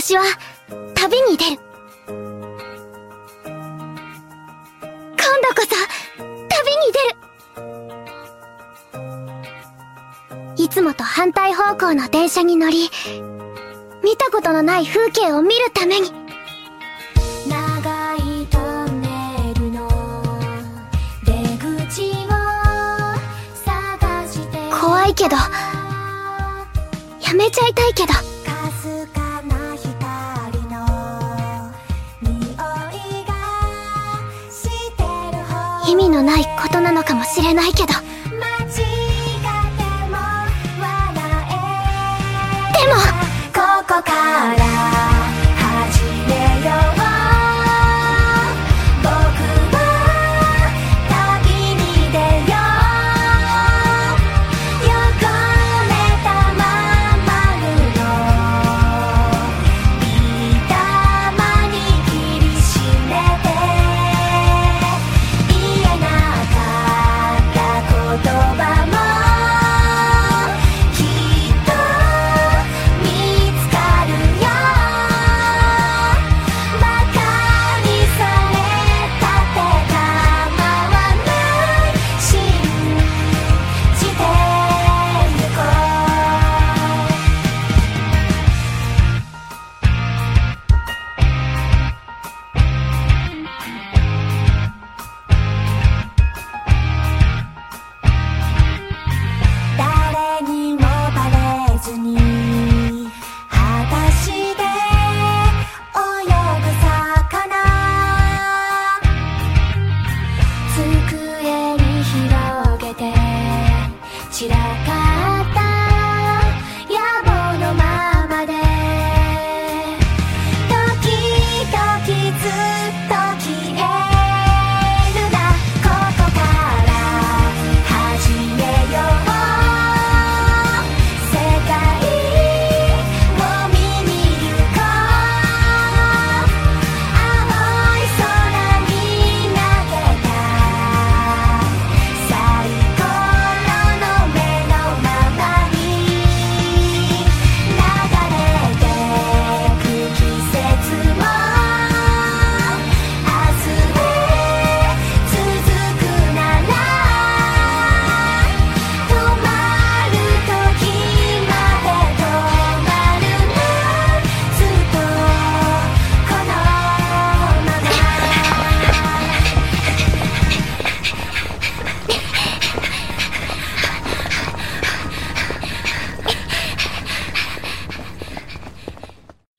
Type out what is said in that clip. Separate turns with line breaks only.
私は旅に出る。今度こそ旅に出る。いつもと反対方向の電車に乗り、見たことのない風景を見るために。
長いトンネルの出口を探して。
怖いけど、やめちゃいたいけど。
かすかな光の匂いがしてる方。
意味のないことなのかもしれないけど。